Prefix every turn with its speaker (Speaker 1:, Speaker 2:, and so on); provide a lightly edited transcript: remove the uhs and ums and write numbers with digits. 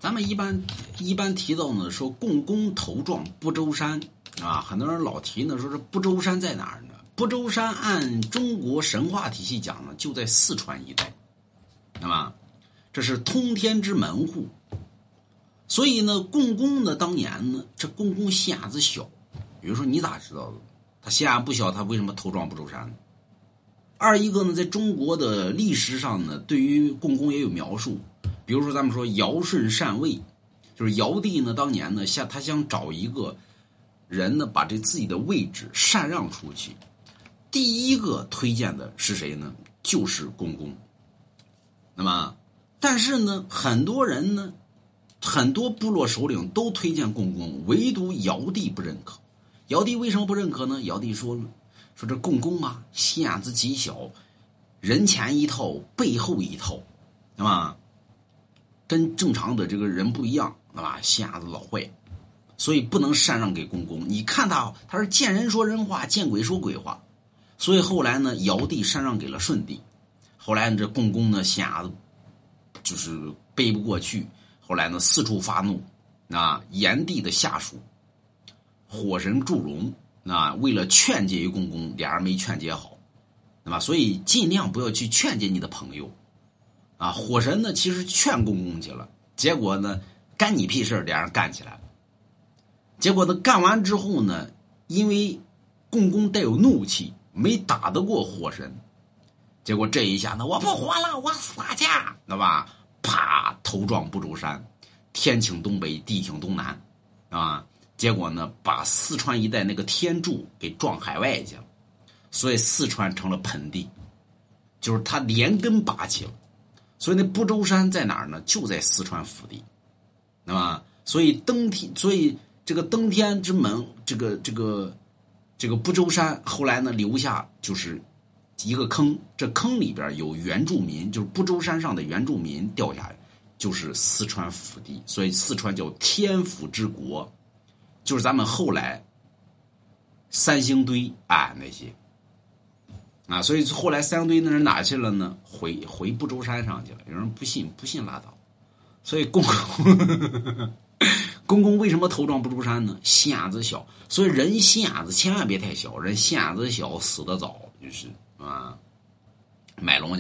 Speaker 1: 咱们一般提到呢，说共工头撞不周山啊，很多人老提呢，说这不周山在哪儿呢？不周山按中国神话体系讲呢，就在四川一带，那么这是通天之门户。所以呢，共工呢当年呢，这共工心眼子小。比如说你咋知道的？他心眼不小，他为什么头撞不周山呢？二一个呢，在中国的历史上呢，对于共工也有描述。比如说咱们说尧舜禅位，就是尧帝呢当年呢他想找一个人呢把这自己的位置禅让出去，第一个推荐的是谁呢？就是共工。那么但是呢，很多人呢，很多部落首领都推荐共工，唯独尧帝不认可。尧帝为什么不认可呢？尧帝说这共工啊，心眼子极小，人前一套背后一套，对吧？跟正常的这个人不一样，对吧？心眼子老坏，所以不能禅让给共工。你看他是见人说人话，见鬼说鬼话。所以后来呢，尧帝禅让给了舜帝。后来这共工呢，心眼子就是背不过去，后来呢四处发怒。炎帝的下属火神祝融，为了劝解于共工，俩人没劝解好，对吧？所以尽量不要去劝解你的朋友。火神呢其实劝共工去了，结果呢干你屁事，俩人干起来了。结果呢干完之后呢，因为共工带有怒气，没打得过火神，结果这一下呢，我不活了，我撒家，对吧？啪，头撞不周山，天倾东北，地倾东南，结果呢把四川一带那个天柱给撞海外去了，所以四川成了盆地，就是他连根拔起了。所以那不周山在哪儿呢？就在四川腹地，那么所以这个登天之门，这个不周山后来呢留下就是一个坑，这坑里边有原住民，就是不周山上的原住民掉下来，就是四川腹地，所以四川叫天府之国，就是咱们后来三星堆那些。所以后来三星堆那人哪去了呢？回不周山上去了。有人不信拉倒。所以公公为什么头撞不周山呢？心眼子小。所以人心眼子千万别太小，人心眼子小死得早，就是买龙家